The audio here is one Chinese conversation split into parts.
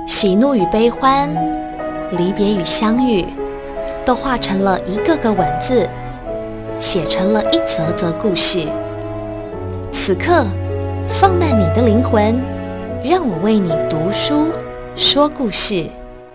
喜怒与悲欢，离别与相遇，都化成了一个个文字，写成了一则则故事。此刻，放慢你的灵魂，让我为你读书，说故事。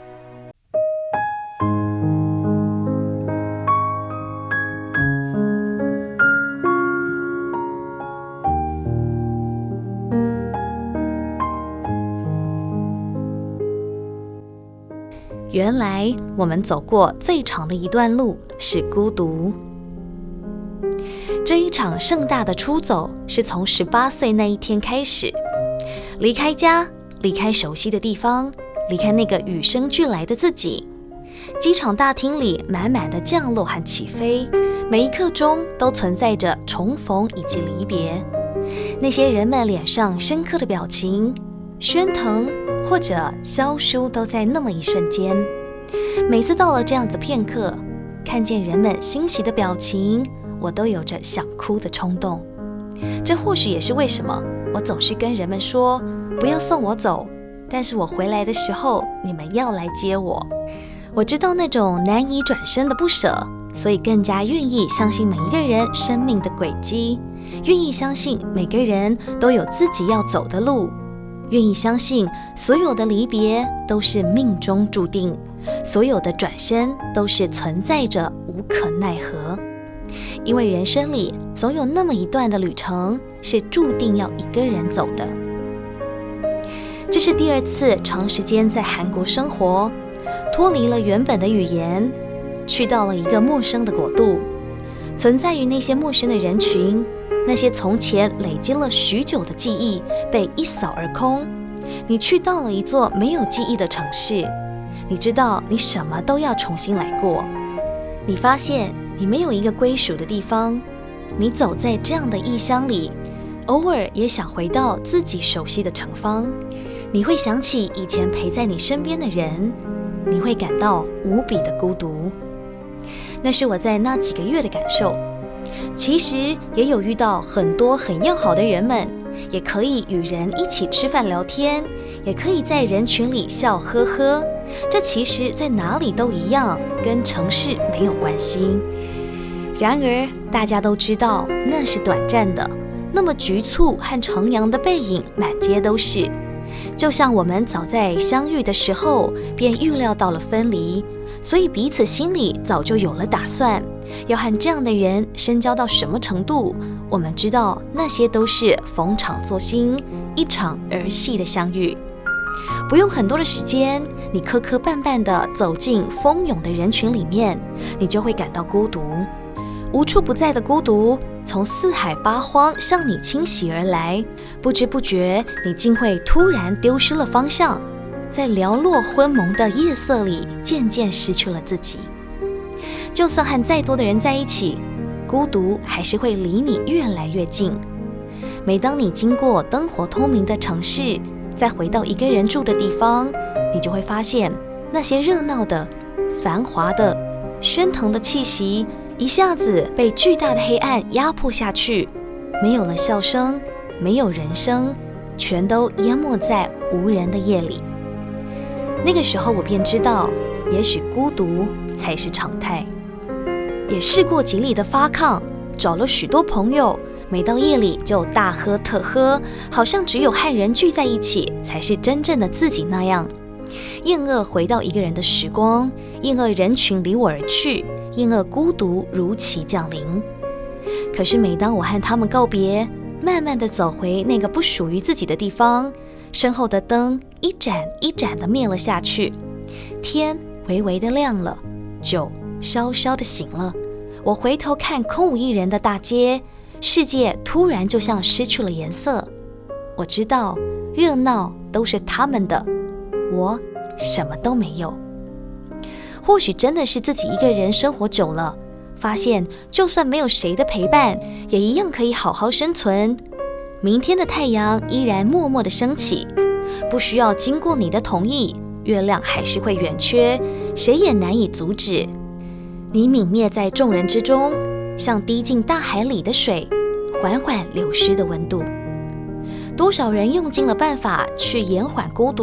原来我们走过最长的一段路是孤独。这一场盛大的出走是从18岁那一天开始，离开家，离开熟悉的地方，离开那个与生俱来的自己。机场大厅里满满的降落和起飞，每一刻钟都存在着重逢以及离别。那些人们脸上深刻的表情，喧腾或者萧疏都在那么一瞬间。每次到了这样的片刻，看见人们欣喜的表情，我都有着想哭的冲动。这或许也是为什么我总是跟人们说不要送我走，但是我回来的时候你们要来接我。我知道那种难以转身的不舍，所以更加愿意相信每一个人生命的轨迹，愿意相信每个人都有自己要走的路，愿意相信所有的离别都是命中注定，所有的转身都是存在着无可奈何。因为人生里总有那么一段的旅程是注定要一个人走的。这是第2次长时间在韩国生活，脱离了原本的语言，去到了一个陌生的国度，存在于那些陌生的人群，那些从前累积了许久的记忆被一扫而空。你去到了一座没有记忆的城市，你知道你什么都要重新来过。你发现你没有一个归属的地方，你走在这样的异乡里，偶尔也想回到自己熟悉的城邦。你会想起以前陪在你身边的人，你会感到无比的孤独。那是我在那几个月的感受。其实也有遇到很多很要好的人们，也可以与人一起吃饭聊天，也可以在人群里笑呵呵。这其实在哪里都一样，跟城市没有关系。然而大家都知道那是短暂的，那么局促和徜徉的背影满街都是。就像我们早在相遇的时候便预料到了分离，所以彼此心里早就有了打算，要和这样的人深交到什么程度。我们知道那些都是逢场作兴，一场儿戏的相遇。不用很多的时间，你磕磕绊绊地走进蜂拥的人群里面，你就会感到孤独。无处不在的孤独从四海八荒向你侵袭而来，不知不觉你竟会突然丢失了方向，在寥落昏蒙的夜色里渐渐失去了自己。就算和再多的人在一起，孤独还是会离你越来越近。每当你经过灯火通明的城市，再回到一个人住的地方，你就会发现那些热闹的、繁华的、喧腾的气息一下子被巨大的黑暗压迫下去，没有了笑声，没有人声，全都淹没在无人的夜里。那个时候我便知道，也许孤独才是常态。也试过极力的发抗，找了许多朋友，每到夜里就大喝特喝，好像只有和人聚在一起才是真正的自己那样。厌恶回到一个人的时光，厌恶人群离我而去，厌恶孤独如期降临。可是每当我和他们告别，慢慢地走回那个不属于自己的地方，身后的灯一盏一盏地灭了下去，天微微地亮了，酒稍稍地醒了。我回头看空无一人的大街，世界突然就像失去了颜色。我知道热闹都是他们的，我什么都没有。或许真的是自己一个人生活久了，发现就算没有谁的陪伴，也一样可以好好生存。明天的太阳依然默默地升起，不需要经过你的同意，月亮还是会圆缺，谁也难以阻止。你泯灭在众人之中，像滴进大海里的水，缓缓流失的温度。多少人用尽了办法去延缓孤独，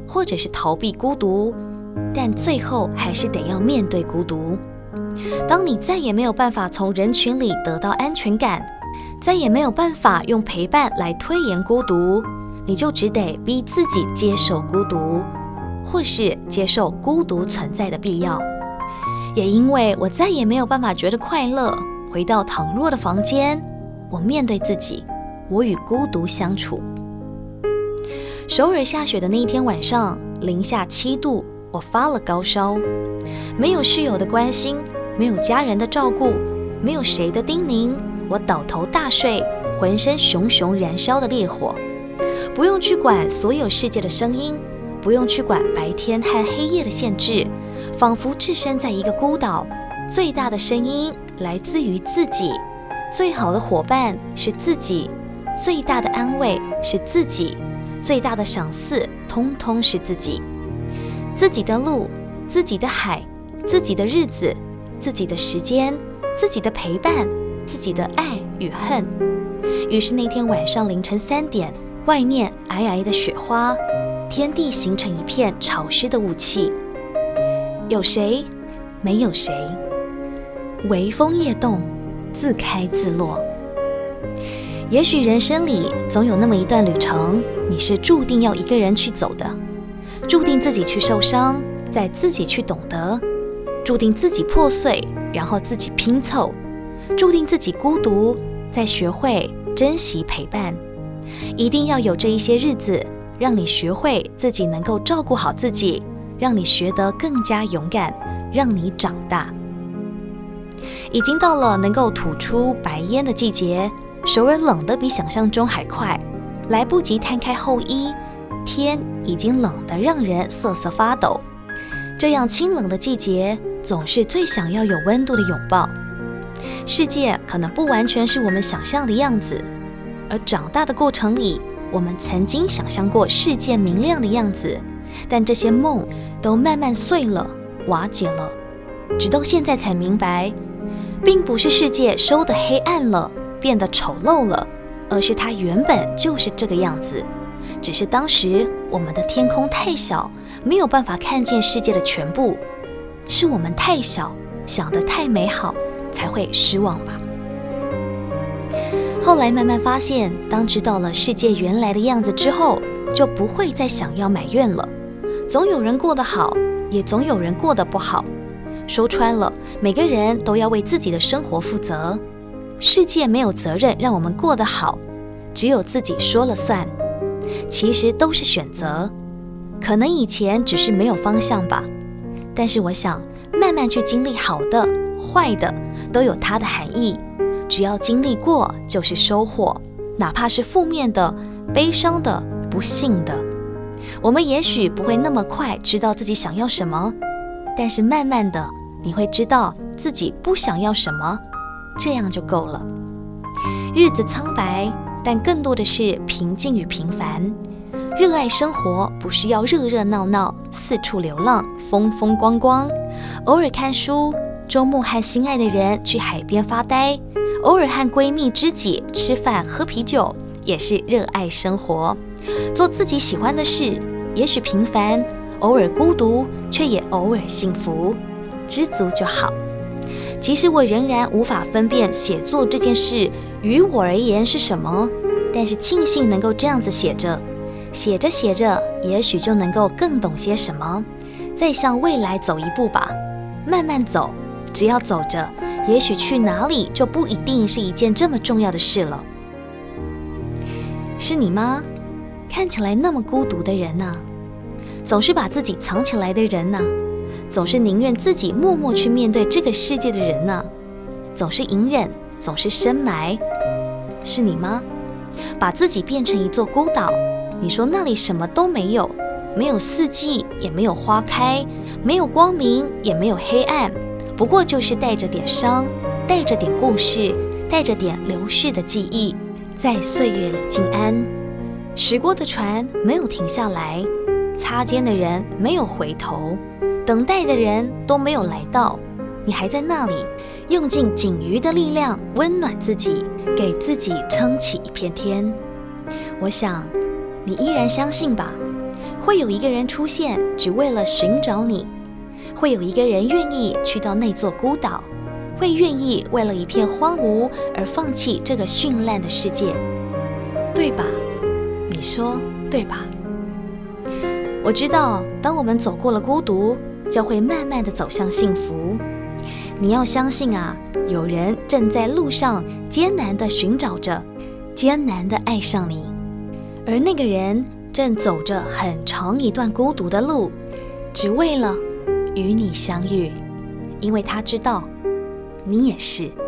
或者是逃避孤独，但最后还是得要面对孤独。当你再也没有办法从人群里得到安全感，再也没有办法用陪伴来推延孤独，你就只得逼自己接受孤独，或是接受孤独存在的必要。也因为我再也没有办法觉得快乐，回到倘若的房间，我面对自己，我与孤独相处。首尔下雪的那一天晚上，零下7度，我发了高烧。没有室友的关心，没有家人的照顾，没有谁的叮咛，我倒头大睡，浑身熊熊燃烧的烈火。不用去管所有世界的声音，不用去管白天和黑夜的限制，仿佛置身在一个孤岛，最大的声音来自于自己，最好的伙伴是自己，最大的安慰是自己，最大的赏赐通通是自己。自己的路，自己的海，自己的日子，自己的时间，自己的陪伴，自己的爱与恨。于是那天晚上凌晨3点，外面皑皑的雪花，天地形成一片潮湿的雾气。有谁？没有谁。微风夜动，自开自落。也许人生里总有那么一段旅程，你是注定要一个人去走的，注定自己去受伤，再自己去懂得，注定自己破碎，然后自己拼凑，注定自己孤独，再学会珍惜陪伴。一定要有这一些日子，让你学会自己能够照顾好自己，让你学得更加勇敢，让你长大。已经到了能够吐出白烟的季节，首尔冷得比想象中还快，来不及摊开厚衣，天已经冷得让人瑟瑟发抖。这样清冷的季节，总是最想要有温度的拥抱。世界可能不完全是我们想象的样子，而长大的过程里，我们曾经想象过世界明亮的样子，但这些梦都慢慢碎了，瓦解了，直到现在才明白，并不是世界收得黑暗了，变得丑陋了，而是它原本就是这个样子，只是当时我们的天空太小，没有办法看见世界的全部，是我们太小，想得太美好，才会失望吧。后来慢慢发现，当知道了世界原来的样子之后，就不会再想要埋怨了。总有人过得好，也总有人过得不好。说穿了，每个人都要为自己的生活负责。世界没有责任让我们过得好，只有自己说了算。其实都是选择，可能以前只是没有方向吧。但是我想，慢慢去经历好的、坏的，都有它的含义。只要经历过，就是收获，哪怕是负面的、悲伤的、不幸的。我们也许不会那么快知道自己想要什么，但是慢慢的，你会知道自己不想要什么，这样就够了。日子苍白，但更多的是平静与平凡。热爱生活，不是要热热闹闹、四处流浪、风风光光。偶尔看书，周末和心爱的人去海边发呆，偶尔和闺蜜知己吃饭喝啤酒，也是热爱生活。做自己喜欢的事，也许平凡，偶尔孤独，却也偶尔幸福，知足就好。即使我仍然无法分辨写作这件事于我而言是什么，但是庆幸能够这样子写着，写着写着，也许就能够更懂些什么。再向未来走一步吧，慢慢走，只要走着，也许去哪里就不一定是一件这么重要的事了。是你吗？看起来那么孤独的人啊，总是把自己藏起来的人啊，总是宁愿自己默默去面对这个世界的人啊，总是隐忍，总是深埋。是你吗？把自己变成一座孤岛，你说那里什么都没有，没有四季，也没有花开，没有光明，也没有黑暗，不过就是带着点伤，带着点故事，带着点流逝的记忆，在岁月里静安。驶过的船没有停下来，擦肩的人没有回头，等待的人都没有来到，你还在那里，用尽仅余的力量温暖自己，给自己撑起一片天。我想你依然相信吧， 会有一个人出现，只为了寻找你；会有一个人愿意去到那座孤岛，会愿意为了一片荒芜而放弃这个绚烂的世界，对吧？你说对吧？我知道，当我们走过了孤独，就会慢慢地走向幸福。你要相信啊，有人正在路上艰难地寻找着，艰难地爱上你，而那个人正走着很长一段孤独的路，只为了与你相遇，因为他知道你也是。